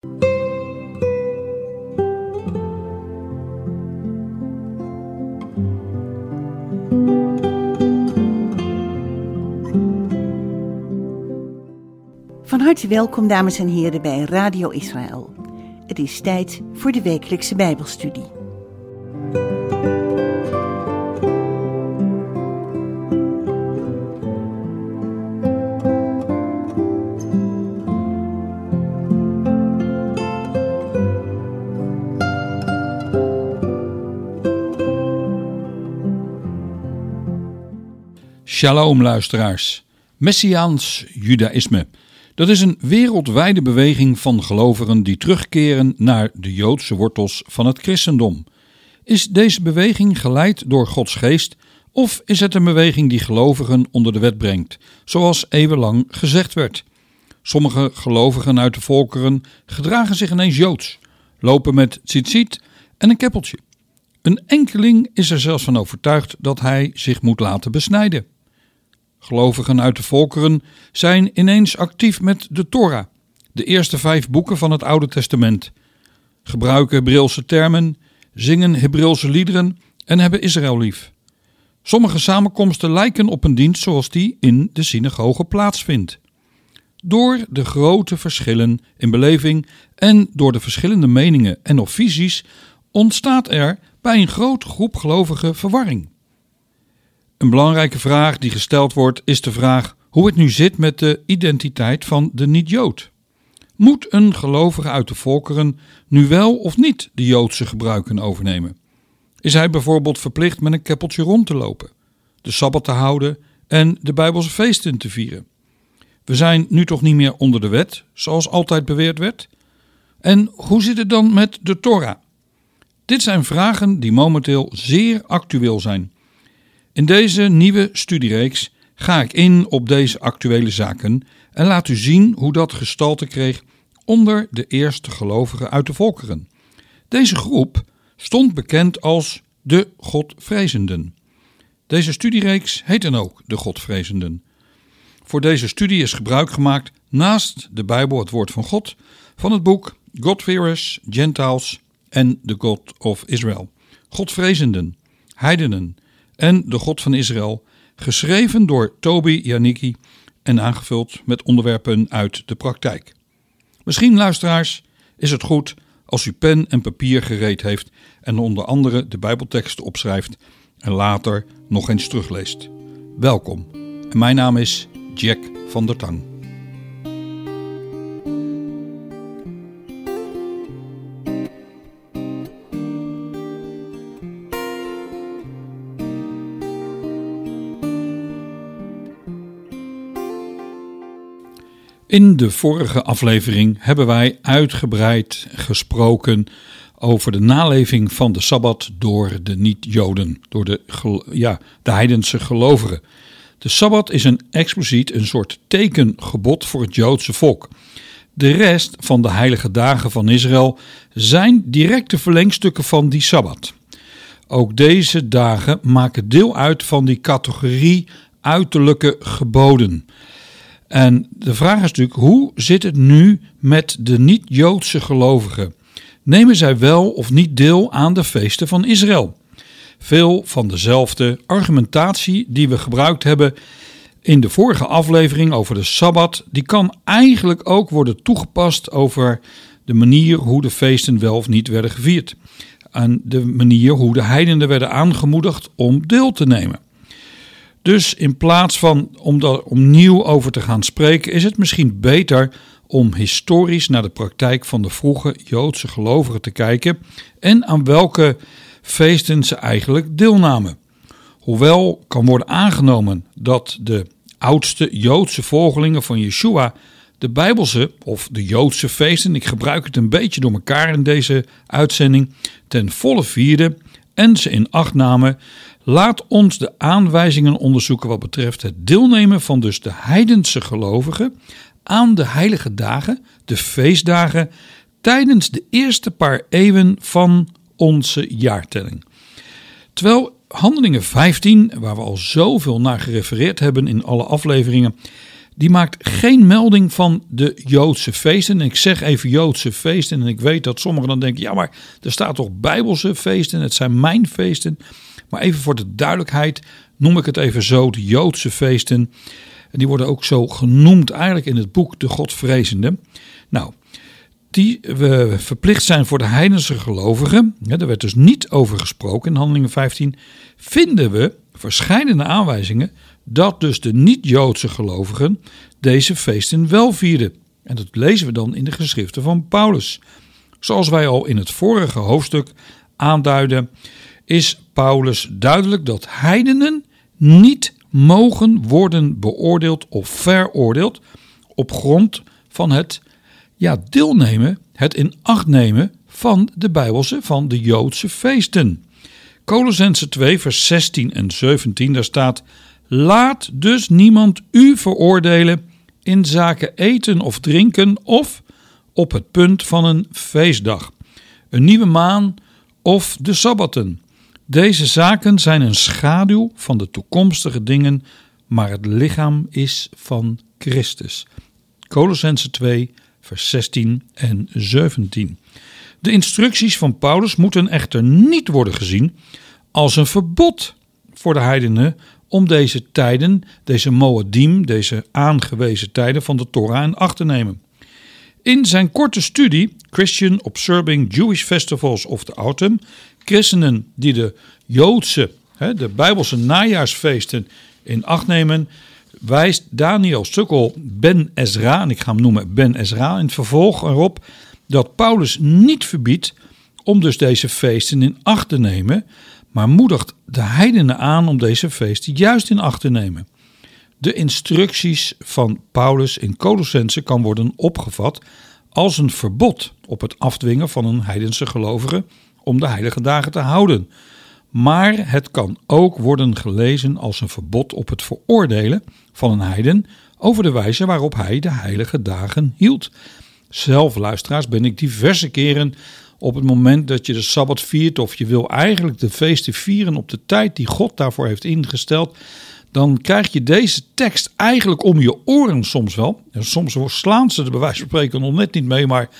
Van harte welkom, dames en heren, bij Radio Israël. Het is tijd voor de wekelijkse Bijbelstudie. Shalom luisteraars. Messiaans Judaïsme. Dat is een wereldwijde beweging van gelovigen die terugkeren naar de Joodse wortels van het christendom. Is deze beweging geleid door Gods geest of is het een beweging die gelovigen onder de wet brengt, zoals eeuwenlang gezegd werd? Sommige gelovigen uit de volkeren gedragen zich ineens Joods, lopen met tzitzit en een keppeltje. Een enkeling is er zelfs van overtuigd dat hij zich moet laten besnijden. Gelovigen uit de volkeren zijn ineens actief met de Torah, de eerste 5 boeken van het Oude Testament, gebruiken Hebreeuwse termen, zingen Hebreeuwse liederen en hebben Israël lief. Sommige samenkomsten lijken op een dienst zoals die in de synagoge plaatsvindt. Door de grote verschillen in beleving en door de verschillende meningen en of visies ontstaat er bij een grote groep gelovigen verwarring. Een belangrijke vraag die gesteld wordt is de vraag hoe het nu zit met de identiteit van de niet-Jood. Moet een gelovige uit de volkeren nu wel of niet de Joodse gebruiken overnemen? Is hij bijvoorbeeld verplicht met een keppeltje rond te lopen, de Sabbat te houden en de Bijbelse feesten te vieren? We zijn nu toch niet meer onder de wet, zoals altijd beweerd werd? En hoe zit het dan met de Torah? Dit zijn vragen die momenteel zeer actueel zijn. In deze nieuwe studiereeks ga ik in op deze actuele zaken en laat u zien hoe dat gestalte kreeg onder de eerste gelovigen uit de volkeren. Deze groep stond bekend als de Godvrezenden. Deze studiereeks heet dan ook de Godvrezenden. Voor deze studie is gebruik gemaakt naast de Bijbel, het woord van God, van het boek God-fearers, Gentiles en the God of Israel. Godvrezenden, heidenen en de God van Israël, geschreven door Toby Janicki en aangevuld met onderwerpen uit de praktijk. Misschien, luisteraars, is het goed als u pen en papier gereed heeft en onder andere de Bijbelteksten opschrijft en later nog eens terugleest. Welkom, en mijn naam is Jack van der Tang. In de vorige aflevering hebben wij uitgebreid gesproken over de naleving van de Sabbat door de niet-Joden, door de heidense gelovigen. De Sabbat is expliciet een soort tekengebod voor het Joodse volk. De rest van de heilige dagen van Israël zijn directe verlengstukken van die Sabbat. Ook deze dagen maken deel uit van die categorie uiterlijke geboden. En de vraag is natuurlijk, hoe zit het nu met de niet-Joodse gelovigen? Nemen zij wel of niet deel aan de feesten van Israël? Veel van dezelfde argumentatie die we gebruikt hebben in de vorige aflevering over de Sabbat, die kan eigenlijk ook worden toegepast over de manier hoe de feesten wel of niet werden gevierd. En de manier hoe de heidenen werden aangemoedigd om deel te nemen. Dus in plaats van om daar opnieuw over te gaan spreken, is het misschien beter om historisch naar de praktijk van de vroege Joodse gelovigen te kijken en aan welke feesten ze eigenlijk deelnamen. Hoewel kan worden aangenomen dat de oudste Joodse volgelingen van Yeshua de Bijbelse of de Joodse feesten, ik gebruik het een beetje door elkaar in deze uitzending, ten volle vierden en ze in acht namen, laat ons de aanwijzingen onderzoeken wat betreft het deelnemen van dus de heidense gelovigen aan de heilige dagen, de feestdagen, tijdens de eerste paar eeuwen van onze jaartelling. Terwijl Handelingen 15, waar we al zoveel naar gerefereerd hebben in alle afleveringen, die maakt geen melding van de Joodse feesten. En ik zeg even Joodse feesten en ik weet dat sommigen dan denken, ja, maar er staat toch Bijbelse feesten, het zijn mijn feesten. Maar even voor de duidelijkheid noem ik het even zo, de Joodse feesten. En die worden ook zo genoemd eigenlijk in het boek De Godvrezende. Nou, die we verplicht zijn voor de heidense gelovigen, daar werd dus niet over gesproken in Handelingen 15, vinden we verscheidene aanwijzingen dat dus de niet-Joodse gelovigen deze feesten wel vierden. En dat lezen we dan in de geschriften van Paulus. Zoals wij al in het vorige hoofdstuk aanduiden, is Paulus duidelijk dat heidenen niet mogen worden beoordeeld of veroordeeld op grond van het deelnemen, het in acht nemen van de Bijbelse, van de Joodse feesten. Kolossenzen 2 vers 16 en 17, daar staat: laat dus niemand u veroordelen in zaken eten of drinken of op het punt van een feestdag, een nieuwe maan of de sabbatten. Deze zaken zijn een schaduw van de toekomstige dingen, maar het lichaam is van Christus. Kolossenzen 2 vers 16 en 17. De instructies van Paulus moeten echter niet worden gezien als een verbod voor de heidenen om deze tijden, deze Moedim, deze aangewezen tijden van de Torah in acht te nemen. In zijn korte studie Christian Observing Jewish Festivals of the Autumn, christenen die de Joodse, de Bijbelse najaarsfeesten in acht nemen, wijst Daniel Sukkel Ben Ezra, en ik ga hem noemen Ben Ezra, in het vervolg erop dat Paulus niet verbiedt om dus deze feesten in acht te nemen, maar moedigt de heidenen aan om deze feesten juist in acht te nemen. De instructies van Paulus in Kolossenzen kan worden opgevat als een verbod op het afdwingen van een heidense gelovige om de heilige dagen te houden. Maar het kan ook worden gelezen als een verbod op het veroordelen van een heiden over de wijze waarop hij de heilige dagen hield. Zelf, luisteraars, ben ik diverse keren op het moment dat je de Sabbat viert of je wil eigenlijk de feesten vieren op de tijd die God daarvoor heeft ingesteld, dan krijg je deze tekst eigenlijk om je oren soms wel. En soms slaan ze er bij wijze van spreken nog net niet mee, maar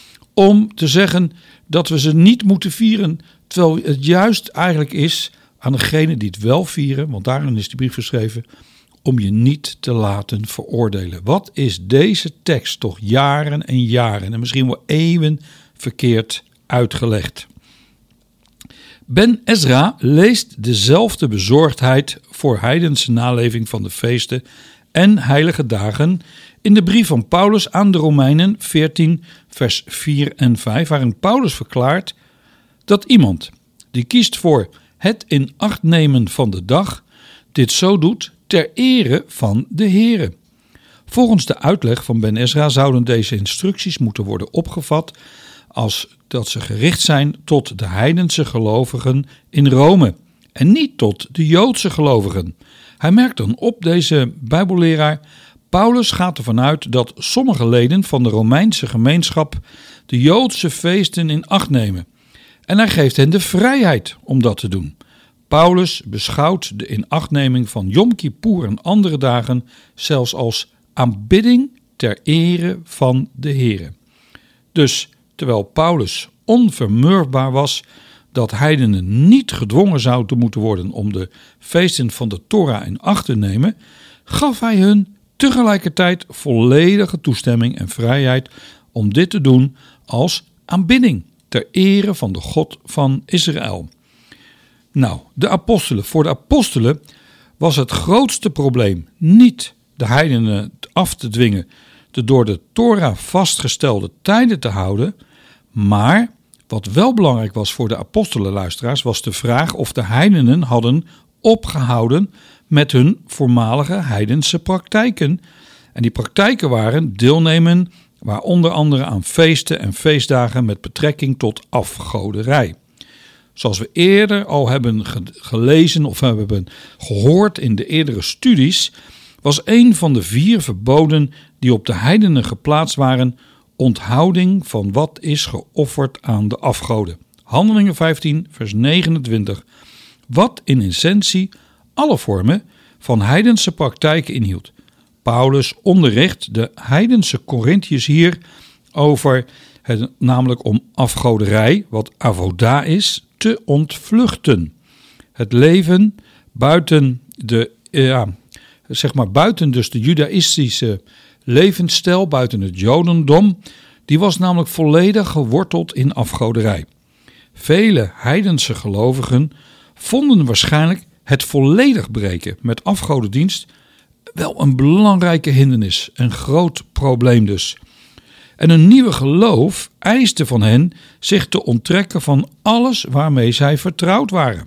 om te zeggen dat we ze niet moeten vieren, terwijl het juist eigenlijk is aan degene die het wel vieren, want daarin is die brief geschreven, om je niet te laten veroordelen. Wat is deze tekst toch jaren en jaren en misschien wel eeuwen verkeerd uitgelegd? Ben Ezra leest dezelfde bezorgdheid voor heidense naleving van de feesten en heilige dagen in de brief van Paulus aan de Romeinen 14 vers 4 en 5, waarin Paulus verklaart dat iemand die kiest voor het in acht nemen van de dag dit zo doet ter ere van de Here. Volgens de uitleg van Ben Ezra zouden deze instructies moeten worden opgevat als dat ze gericht zijn tot de heidense gelovigen in Rome en niet tot de Joodse gelovigen. Hij merkt dan op, deze Bijbelleraar, Paulus gaat ervan uit dat sommige leden van de Romeinse gemeenschap de Joodse feesten in acht nemen. En hij geeft hen de vrijheid om dat te doen. Paulus beschouwt de inachtneming van Yom Kippur en andere dagen zelfs als aanbidding ter ere van de Here. Dus terwijl Paulus onvermurfbaar was dat heidenen niet gedwongen zouden moeten worden om de feesten van de Torah in acht te nemen, gaf hij hun tegelijkertijd volledige toestemming en vrijheid om dit te doen als aanbidding ter ere van de God van Israël. Nou, voor de apostelen was het grootste probleem niet de heidenen af te dwingen, de door de Torah vastgestelde tijden te houden, maar wat wel belangrijk was voor de apostelenluisteraars was de vraag of de heidenen hadden opgehouden met hun voormalige heidense praktijken. En die praktijken waren deelnemen, waar onder andere aan feesten en feestdagen met betrekking tot afgoderij. Zoals we eerder al hebben gelezen of hebben gehoord in de eerdere studies, was een van de 4 verboden die op de heidenen geplaatst waren onthouding van wat is geofferd aan de afgoden. Handelingen 15 vers 29, wat in essentie alle vormen van heidense praktijken inhield. Paulus onderricht de heidense Korinthiërs hier over het namelijk om afgoderij, wat avoda is, te ontvluchten. Het leven buiten buiten dus de judaïstische levensstijl, buiten het jodendom, die was namelijk volledig geworteld in afgoderij. Vele heidense gelovigen vonden waarschijnlijk het volledig breken met afgodendienst wel een belangrijke hindernis, een groot probleem dus. En een nieuwe geloof eiste van hen zich te onttrekken van alles waarmee zij vertrouwd waren.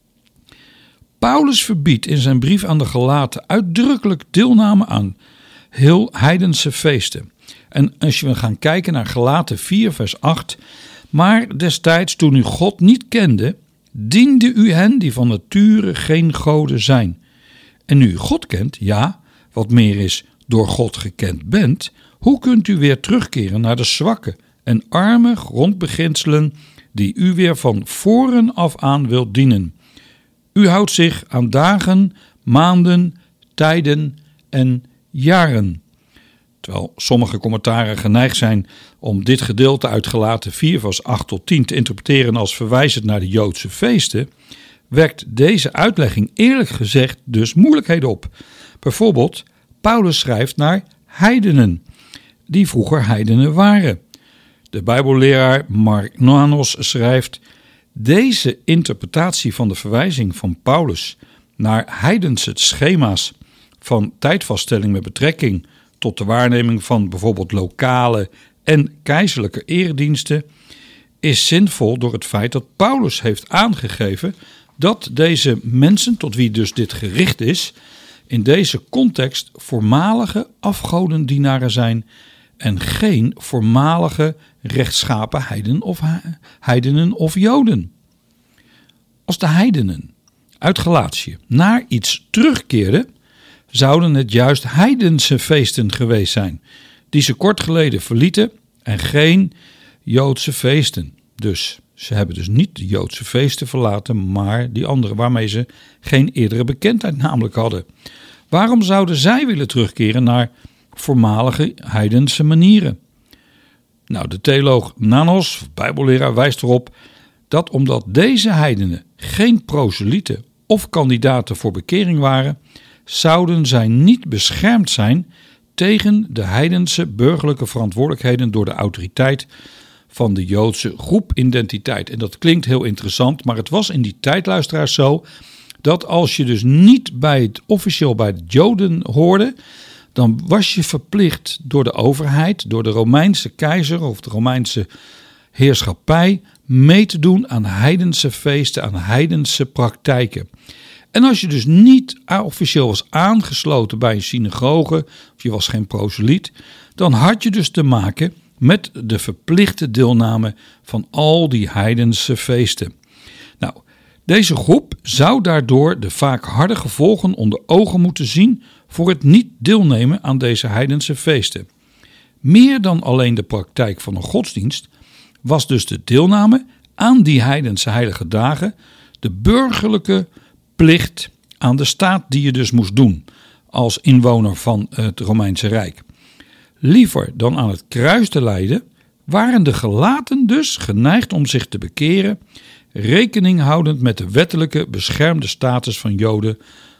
Paulus verbiedt in zijn brief aan de Galaten uitdrukkelijk deelname aan heel heidense feesten. En als we gaan kijken naar Galaten 4 vers 8, maar destijds toen u God niet kende, diende u hen die van nature geen goden zijn. En nu u God kent, ja, wat meer is, door God gekend bent, hoe kunt u weer terugkeren naar de zwakke en arme grondbeginselen die u weer van voren af aan wilt dienen? U houdt zich aan dagen, maanden, tijden en jaren. Terwijl sommige commentaren geneigd zijn om dit gedeelte uit Galaten 4 vers 8 tot 10 te interpreteren als verwijzend naar de Joodse feesten, wekt deze uitlegging eerlijk gezegd dus moeilijkheden op. Bijvoorbeeld, Paulus schrijft naar heidenen, die vroeger heidenen waren. De Bijbelleraar Mark Noanos schrijft: deze interpretatie van de verwijzing van Paulus naar heidense schema's van tijdvaststelling met betrekking tot de waarneming van bijvoorbeeld lokale en keizerlijke erediensten is zinvol door het feit dat Paulus heeft aangegeven dat deze mensen, tot wie dus dit gericht is, in deze context voormalige afgodendienaren zijn en geen voormalige rechtschapen heidenen of Joden. Als de heidenen uit Galatië naar iets terugkeerden, zouden het juist heidense feesten geweest zijn, die ze kort geleden verlieten en geen Joodse feesten. Dus ze hebben dus niet de Joodse feesten verlaten, maar die andere waarmee ze geen eerdere bekendheid namelijk hadden. Waarom zouden zij willen terugkeren naar voormalige heidense manieren? Nou, de theoloog Nanos, Bijbelleraar, wijst erop dat omdat deze heidenen geen proselieten of kandidaten voor bekering waren, zouden zij niet beschermd zijn tegen de heidense burgerlijke verantwoordelijkheden door de autoriteit van de Joodse groepidentiteit. En dat klinkt heel interessant, maar het was in die tijd, luisteraars, zo dat als je dus niet officieel bij de Joden hoorde, dan was je verplicht door de overheid, door de Romeinse keizer of de Romeinse heerschappij mee te doen aan heidense feesten, aan heidense praktijken. En als je dus niet officieel was aangesloten bij een synagoge, of je was geen proseliet, dan had je dus te maken met de verplichte deelname van al die heidense feesten. Nou, deze groep zou daardoor de vaak harde gevolgen onder ogen moeten zien voor het niet deelnemen aan deze heidense feesten. Meer dan alleen de praktijk van een godsdienst was dus de deelname aan die heidense heilige dagen de burgerlijke plicht aan de staat die je dus moest doen als inwoner van het Romeinse Rijk. Liever dan aan het kruis te lijden, waren de gelaten dus geneigd om zich te bekeren, rekening houdend met de wettelijke beschermde status van Joden,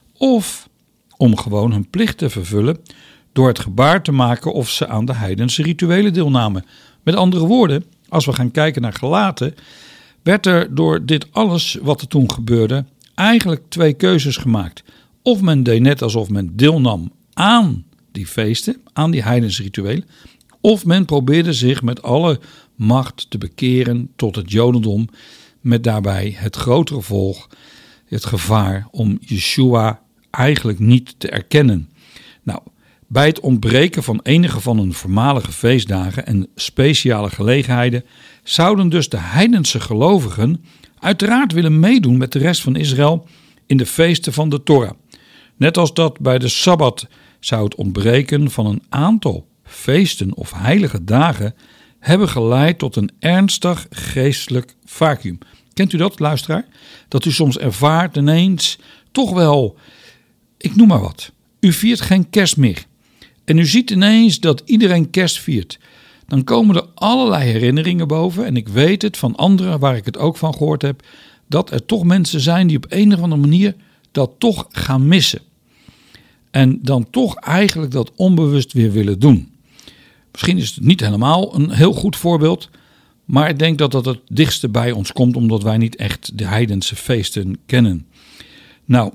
of om gewoon hun plicht te vervullen door het gebaar te maken of ze aan de heidense rituelen deelnamen. Met andere woorden, als we gaan kijken naar Galaten, werd er door dit alles wat er toen gebeurde eigenlijk twee keuzes gemaakt. Of men deed net alsof men deelnam aan die feesten, aan die heidense rituelen, of men probeerde zich met alle macht te bekeren tot het Jodendom, met daarbij het grotere gevolg, het gevaar om Yeshua eigenlijk niet te erkennen. Nou, bij het ontbreken van enige van hun voormalige feestdagen en speciale gelegenheden zouden dus de heidense gelovigen uiteraard willen meedoen met de rest van Israël in de feesten van de Torah. Net als dat bij de Sabbat zou het ontbreken van een aantal feesten of heilige dagen hebben geleid tot een ernstig geestelijk vacuüm. Kent u dat, luisteraar? Dat u soms ervaart ineens toch wel, ik noem maar wat, u viert geen kerst meer. en u ziet ineens dat iedereen kerst viert, dan komen er allerlei herinneringen boven. En ik weet het van anderen waar ik het ook van gehoord heb, dat er toch mensen zijn die op een of andere manier dat toch gaan missen. En dan toch eigenlijk dat onbewust weer willen doen. Misschien is het niet helemaal een heel goed voorbeeld, maar ik denk dat dat het dichtste bij ons komt, omdat wij niet echt de heidense feesten kennen. Nou,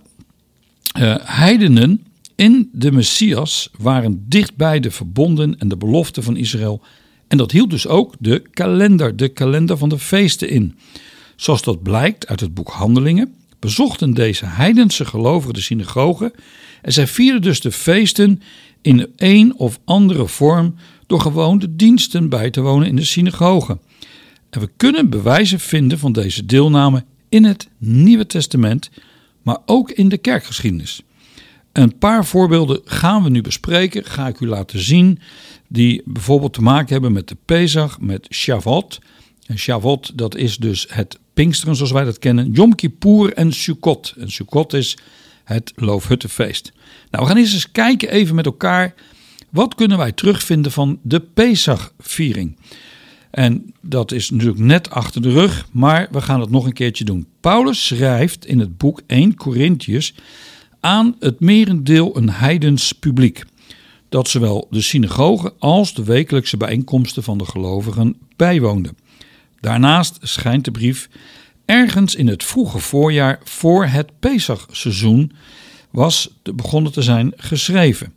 heidenen in de Messias waren dichtbij de verbonden en de beloften van Israël. En dat hield dus ook de kalender van de feesten in. Zoals dat blijkt uit het boek Handelingen, bezochten deze heidense gelovigen de synagogen en zij vierden dus de feesten in een of andere vorm door gewoon de diensten bij te wonen in de synagogen. En we kunnen bewijzen vinden van deze deelname in het Nieuwe Testament, maar ook in de kerkgeschiedenis. Een paar voorbeelden gaan we nu bespreken, ga ik u laten zien, die bijvoorbeeld te maken hebben met de Pesach, met Shavuot. En Shavuot, dat is dus het Pinksteren zoals wij dat kennen, Yom Kippur en Sukkot. En Sukkot is het Loofhuttenfeest. Nou, we gaan eens kijken even met elkaar, wat kunnen wij terugvinden van de Pesachviering? En dat is natuurlijk net achter de rug, maar we gaan het nog een keertje doen. Paulus schrijft in het boek 1 Korintiërs aan het merendeel een heidens publiek, dat zowel de synagogen als de wekelijkse bijeenkomsten van de gelovigen bijwoonde. Daarnaast schijnt de brief ergens in het vroege voorjaar voor het Pesachseizoen was begonnen te zijn geschreven.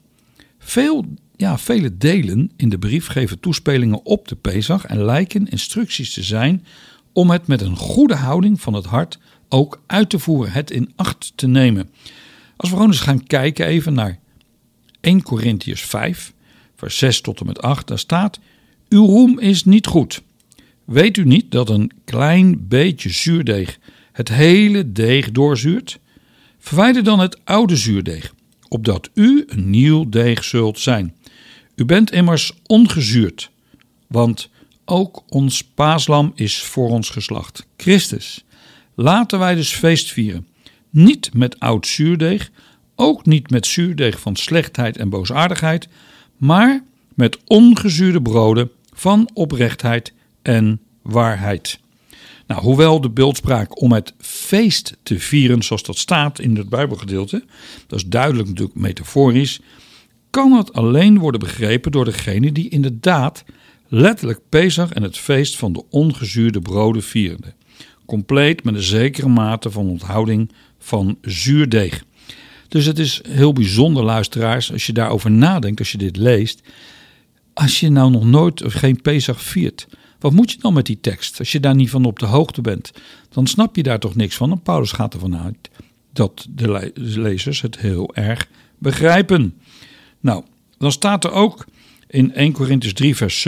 Vele delen in de brief geven toespelingen op de Pesach en lijken instructies te zijn om het met een goede houding van het hart ook uit te voeren, het in acht te nemen. Als we gewoon eens gaan kijken even naar 1 Korintiërs 5, vers 6 tot en met 8, daar staat: uw roem is niet goed. Weet u niet dat een klein beetje zuurdeeg het hele deeg doorzuurt? Verwijder dan het oude zuurdeeg, opdat u een nieuw deeg zult zijn. U bent immers ongezuurd, want ook ons paaslam is voor ons geslacht, Christus. Laten wij dus feest vieren, niet met oud zuurdeeg, ook niet met zuurdeeg van slechtheid en boosaardigheid, maar met ongezuurde broden van oprechtheid en waarheid. Nou, hoewel de beeldspraak om het feest te vieren, zoals dat staat in het Bijbelgedeelte, dat is duidelijk natuurlijk metaforisch, kan het alleen worden begrepen door degene die inderdaad letterlijk Pesach en het feest van de ongezuurde broden vierde. Compleet met een zekere mate van onthouding van zuurdeeg. Dus het is heel bijzonder, luisteraars, als je daarover nadenkt, als je dit leest. Als je nou nog nooit of geen Pesach viert, wat moet je dan met die tekst? Als je daar niet van op de hoogte bent, dan snap je daar toch niks van. En Paulus gaat ervan uit dat de lezers het heel erg begrijpen. Nou, dan staat er ook in 1 Korintiërs 3 vers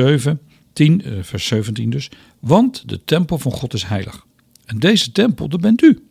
17 dus, want de tempel van God is heilig. En deze tempel, dat bent u.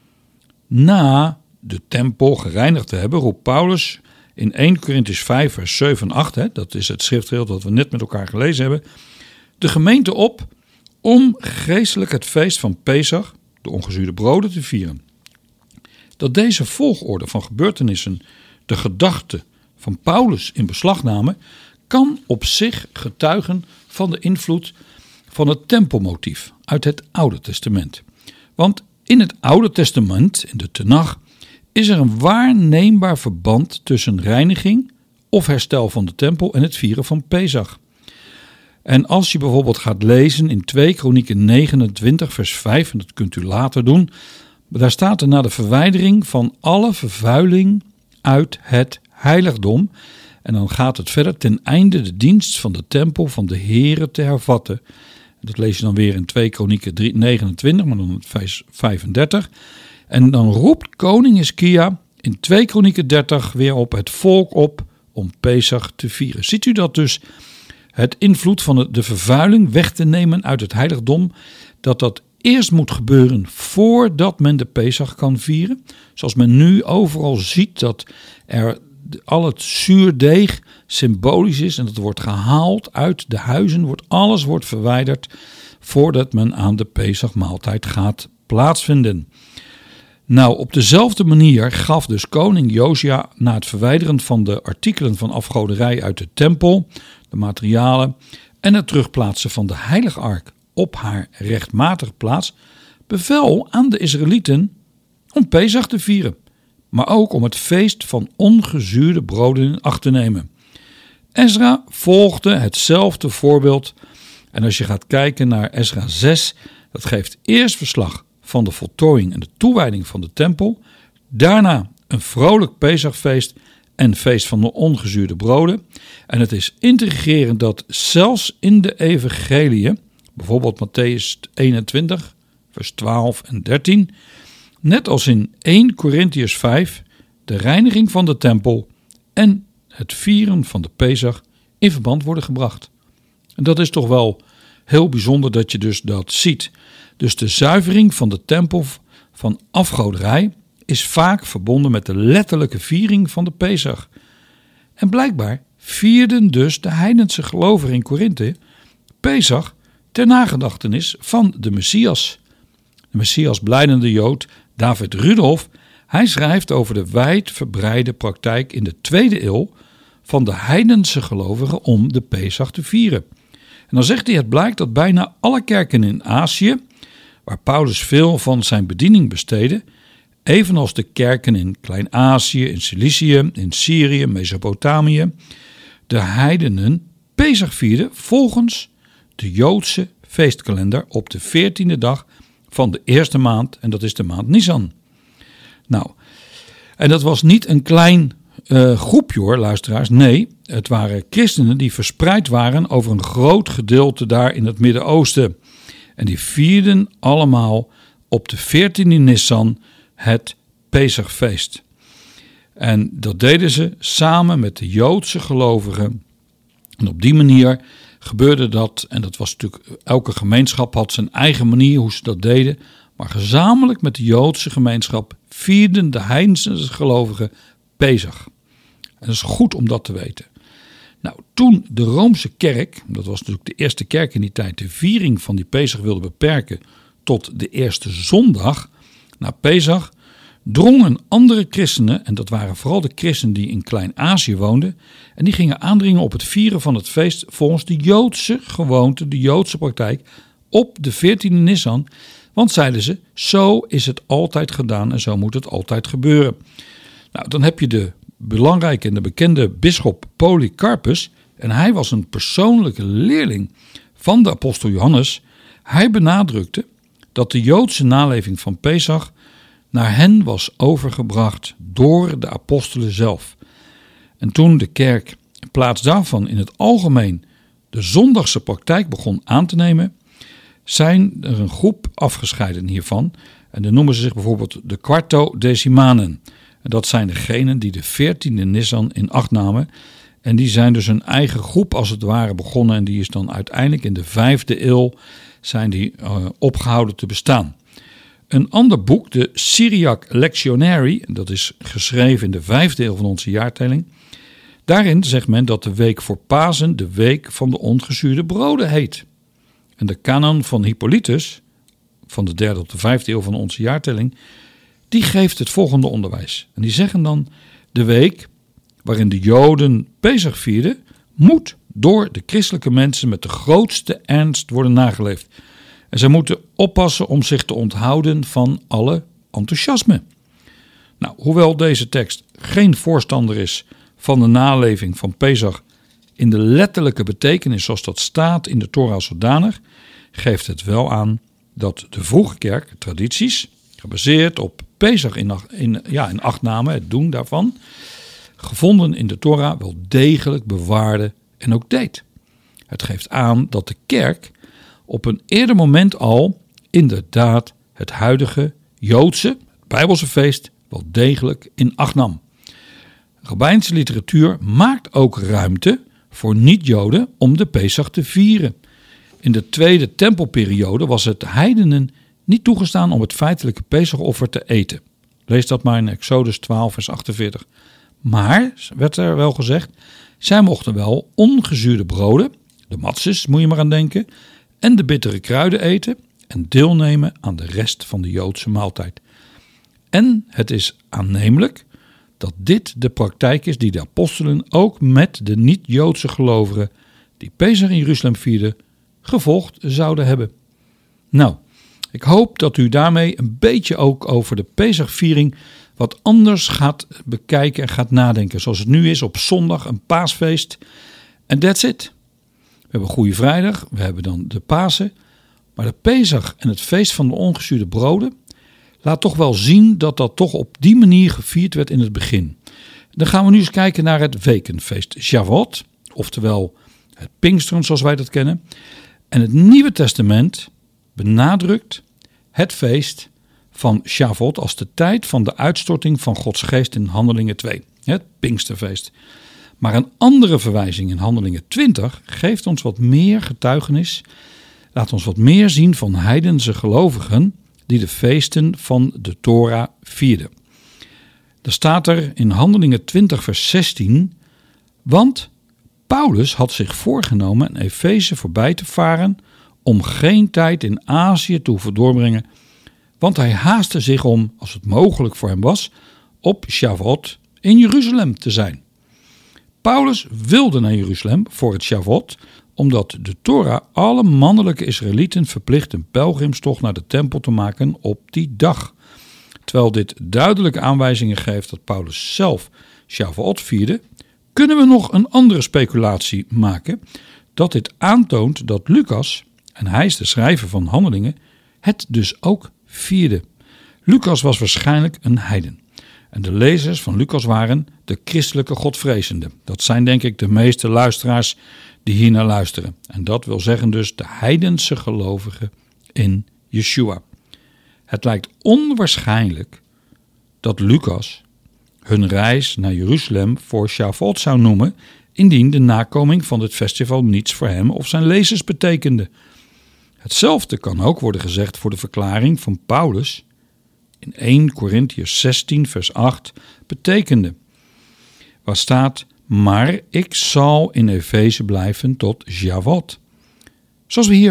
Na de tempel gereinigd te hebben, roept Paulus in 1 Korintiërs 5 vers 7 en 8, dat is het schriftdeel dat we net met elkaar gelezen hebben, de gemeente op om geestelijk het feest van Pesach, de ongezuurde broden, te vieren. Dat deze volgorde van gebeurtenissen de gedachte van Paulus in beslag namen, kan op zich getuigen van de invloed van het tempelmotief uit het Oude Testament. Want in het Oude Testament, in de Tenach, is er een waarneembaar verband tussen reiniging of herstel van de tempel en het vieren van Pesach. En als je bijvoorbeeld gaat lezen in 2 Kronieken 29 vers 5, en dat kunt u later doen, daar staat er na de verwijdering van alle vervuiling uit het heiligdom, en dan gaat het verder, ten einde de dienst van de tempel van de Here te hervatten. Dat lees je dan weer in 2 Kronieken 29, maar dan vers 35. En dan roept koning Hiskia in 2 Kronieken 30 weer op het volk op om Pesach te vieren. Ziet u dat dus het invloed van de vervuiling weg te nemen uit het heiligdom, dat eerst moet gebeuren voordat men de Pesach kan vieren? Zoals men nu overal ziet dat er al het zuurdeeg symbolisch is en dat wordt gehaald uit de huizen, alles wordt verwijderd voordat men aan de Pesachmaaltijd gaat plaatsvinden. Nou, op dezelfde manier gaf dus koning Josia na het verwijderen van de artikelen van afgoderij uit de tempel, de materialen en het terugplaatsen van de heilige ark op haar rechtmatige plaats, bevel aan de Israëlieten om Pesach te vieren, maar ook om het feest van ongezuurde broden in acht te nemen. Ezra volgde hetzelfde voorbeeld en als je gaat kijken naar Ezra 6, dat geeft eerst verslag van de voltooiing en de toewijding van de tempel, daarna een vrolijk Pesachfeest en feest van de ongezuurde broden. En het is intrigerend dat zelfs in de evangeliën, bijvoorbeeld Mattheüs 21, vers 12 en 13, net als in 1 Korintiërs 5, de reiniging van de tempel en het vieren van de Pesach in verband worden gebracht. En dat is toch wel heel bijzonder dat je dus dat ziet. Dus de zuivering van de tempel van afgoderij is vaak verbonden met de letterlijke viering van de Pesach. En blijkbaar vierden dus de heidense gelovigen in Korinthe Pesach ter nagedachtenis van de Messias. De Messias blijdende Jood David Rudolf, hij schrijft over de wijdverbreide praktijk in de 2e eeuw van de heidense gelovigen om de Pesach te vieren. En dan zegt hij: het blijkt dat bijna alle kerken in Azië, waar Paulus veel van zijn bediening besteedde, evenals de kerken in Klein-Azië, in Cilicië, in Syrië, Mesopotamië, de heidenen Pesach vierden volgens de Joodse feestkalender op de 14e dag van de eerste maand, en dat is de maand Nisan. Nou, en dat was niet een klein groepje hoor, luisteraars. Nee, het waren christenen die verspreid waren over een groot gedeelte daar in het Midden-Oosten. En die vierden allemaal op de 14e Nisan het Pesachfeest. En dat deden ze samen met de Joodse gelovigen. En op die manier gebeurde dat. En dat was natuurlijk, elke gemeenschap had zijn eigen manier hoe ze dat deden. Maar gezamenlijk met de Joodse gemeenschap vierden de heidense gelovigen Pesach. En dat is goed om dat te weten. Nou, toen de Roomse kerk, dat was natuurlijk de eerste kerk in die tijd, de viering van die Pesach wilde beperken tot de eerste zondag na Pesach, drongen andere christenen, en dat waren vooral de christenen die in Klein-Azië woonden, en die gingen aandringen op het vieren van het feest volgens de Joodse gewoonte, de Joodse praktijk, op de 14e Nisan. Want zeiden ze, zo is het altijd gedaan en zo moet het altijd gebeuren. Nou, dan heb je de belangrijke en de bekende bisschop Polycarpus, en hij was een persoonlijke leerling van de apostel Johannes. Hij benadrukte dat de Joodse naleving van Pesach naar hen was overgebracht door de apostelen zelf. En toen de kerk in plaats daarvan in het algemeen de zondagse praktijk begon aan te nemen, zijn er een groep afgescheiden hiervan. En dan noemen ze zich bijvoorbeeld de Quartodecimanen. En dat zijn degenen die de 14e Nisan in acht namen. En die zijn dus een eigen groep als het ware begonnen. En die is dan uiteindelijk in de 5e eeuw zijn die opgehouden te bestaan. Een ander boek, de Syriac Lectionary, dat is geschreven in de 5e eeuw van onze jaartelling. Daarin zegt men dat de week voor Pasen de week van de ongezuurde broden heet. En de Canon van Hippolytus, van de 3e op de 5e eeuw van onze jaartelling, die geeft het volgende onderwijs. En die zeggen dan, de week waarin de Joden Pesach vierden, moet door de christelijke mensen met de grootste ernst worden nageleefd. En zij moeten oppassen om zich te onthouden van alle enthousiasme. Nou, hoewel deze tekst geen voorstander is van de naleving van Pesach in de letterlijke betekenis zoals dat staat in de Torah zodanig, geeft het wel aan dat de vroege kerk tradities, gebaseerd op Pesach in acht namen, het doen daarvan, gevonden in de Torah wel degelijk bewaarde en ook deed. Het geeft aan dat de kerk op een eerder moment al inderdaad het huidige Joodse, Bijbelse feest wel degelijk in acht nam. Rabbijnse literatuur maakt ook ruimte voor niet-Joden om de Pesach te vieren. In de tweede tempelperiode was het heidenen niet toegestaan om het feitelijke Pesachoffer te eten. Lees dat maar in Exodus 12 vers 48. Maar, werd er wel gezegd, zij mochten wel ongezuurde broden, de matzes moet je maar aan denken, en de bittere kruiden eten en deelnemen aan de rest van de Joodse maaltijd. En het is aannemelijk dat dit de praktijk is die de apostelen ook met de niet-Joodse gelovigen die Pesach in Jeruzalem vierden, gevolgd zouden hebben. Nou, ik hoop dat u daarmee een beetje ook over de Pesachviering wat anders gaat bekijken en gaat nadenken. Zoals het nu is op zondag, een paasfeest. En that's it. We hebben Goede Vrijdag, we hebben dan de Pasen. Maar de Pesach en het feest van de ongezuurde broden laat toch wel zien dat dat toch op die manier gevierd werd in het begin. Dan gaan we nu eens kijken naar het wekenfeest Shavuot, oftewel het Pinksteren zoals wij dat kennen. En het Nieuwe Testament benadrukt het feest van Shavuot als de tijd van de uitstorting van Gods geest in Handelingen 2, het Pinksterfeest. Maar een andere verwijzing in Handelingen 20 geeft ons wat meer getuigenis, laat ons wat meer zien van heidense gelovigen die de feesten van de Torah vierden. Er staat er in Handelingen 20 vers 16, want Paulus had zich voorgenomen in Efeze voorbij te varen om geen tijd in Azië te hoeven doorbrengen, want hij haastte zich om, als het mogelijk voor hem was, op Shavuot in Jeruzalem te zijn. Paulus wilde naar Jeruzalem voor het Shavuot, omdat de Torah alle mannelijke Israëlieten verplicht een pelgrimstocht naar de tempel te maken op die dag. Terwijl dit duidelijke aanwijzingen geeft dat Paulus zelf Shavuot vierde, kunnen we nog een andere speculatie maken dat dit aantoont dat Lucas, en hij is de schrijver van Handelingen, het dus ook vierde. Lucas was waarschijnlijk een heiden. En de lezers van Lucas waren de christelijke godvrezenden. Dat zijn denk ik de meeste luisteraars die hier naar luisteren. En dat wil zeggen dus de heidense gelovigen in Yeshua. Het lijkt onwaarschijnlijk dat Lucas hun reis naar Jeruzalem voor Shavuot zou noemen, indien de nakoming van dit festival niets voor hem of zijn lezers betekende. Hetzelfde kan ook worden gezegd voor de verklaring van Paulus in 1 Korintiërs 16 vers 8 betekende, waar staat, maar ik zal in Efeze blijven tot Shavuot. Zoals we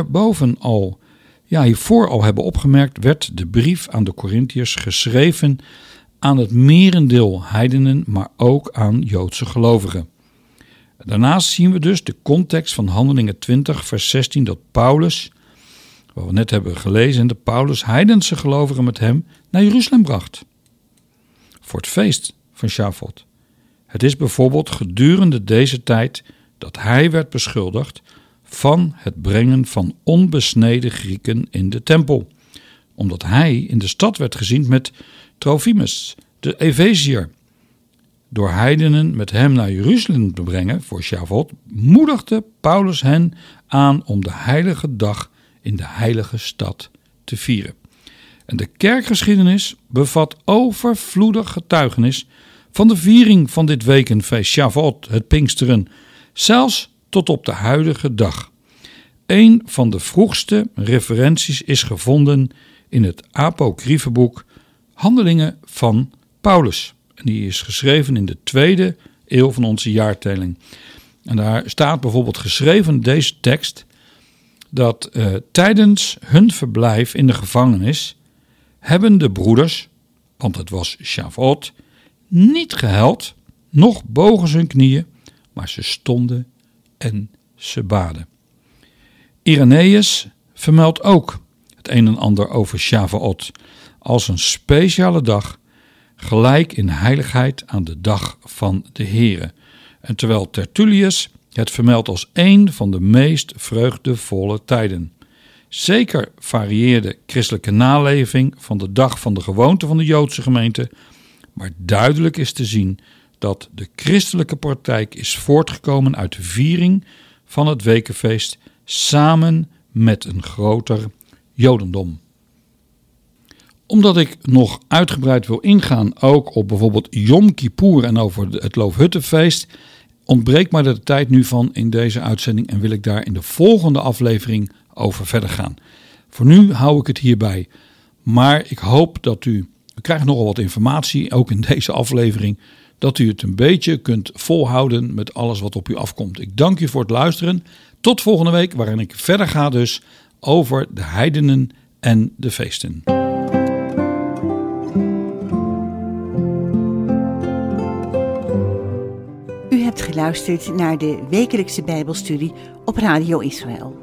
hiervoor al hebben opgemerkt, werd de brief aan de Korintiërs geschreven aan het merendeel heidenen, maar ook aan Joodse gelovigen. Daarnaast zien we dus de context van Handelingen 20 vers 16 dat Paulus, wat we net hebben gelezen, de Paulus heidense gelovigen met hem naar Jeruzalem bracht. Voor het feest van Shavuot. Het is bijvoorbeeld gedurende deze tijd dat hij werd beschuldigd van het brengen van onbesneden Grieken in de tempel. Omdat hij in de stad werd gezien met Trofimus, de Efeziër. Door heidenen met hem naar Jeruzalem te brengen voor Shavuot, moedigde Paulus hen aan om de heilige dag in de heilige stad te vieren. En de kerkgeschiedenis bevat overvloedig getuigenis van de viering van dit wekenfeest Shavuot, het Pinksteren, zelfs tot op de huidige dag. Een van de vroegste referenties is gevonden in het apocryfe boek Handelingen van Paulus. En die is geschreven in de 2e eeuw van onze jaartelling. En daar staat bijvoorbeeld geschreven deze tekst dat tijdens hun verblijf in de gevangenis hebben de broeders, want het was Shavuot, niet gehuild, noch bogen ze hun knieën, maar ze stonden en ze baden. Irenaeus vermeldt ook het een en ander over Shavuot als een speciale dag, gelijk in heiligheid aan de dag van de Here. En terwijl Tertullius het vermeldt als een van de meest vreugdevolle tijden. Zeker varieerde christelijke naleving van de dag van de gewoonte van de Joodse gemeente, maar duidelijk is te zien dat de christelijke praktijk is voortgekomen uit de viering van het wekenfeest samen met een groter Jodendom. Omdat ik nog uitgebreid wil ingaan ook op bijvoorbeeld Yom Kippur en over het Loofhuttenfeest, ontbreekt maar de tijd nu van in deze uitzending en wil ik daar in de volgende aflevering over verder gaan. Voor nu hou ik het hierbij, maar ik hoop dat we krijgen nogal wat informatie, ook in deze aflevering, dat u het een beetje kunt volhouden met alles wat op u afkomt. Ik dank u voor het luisteren. Tot volgende week, waarin ik verder ga dus over de heidenen en de feesten. geluisterd naar de wekelijkse Bijbelstudie op Radio Israël.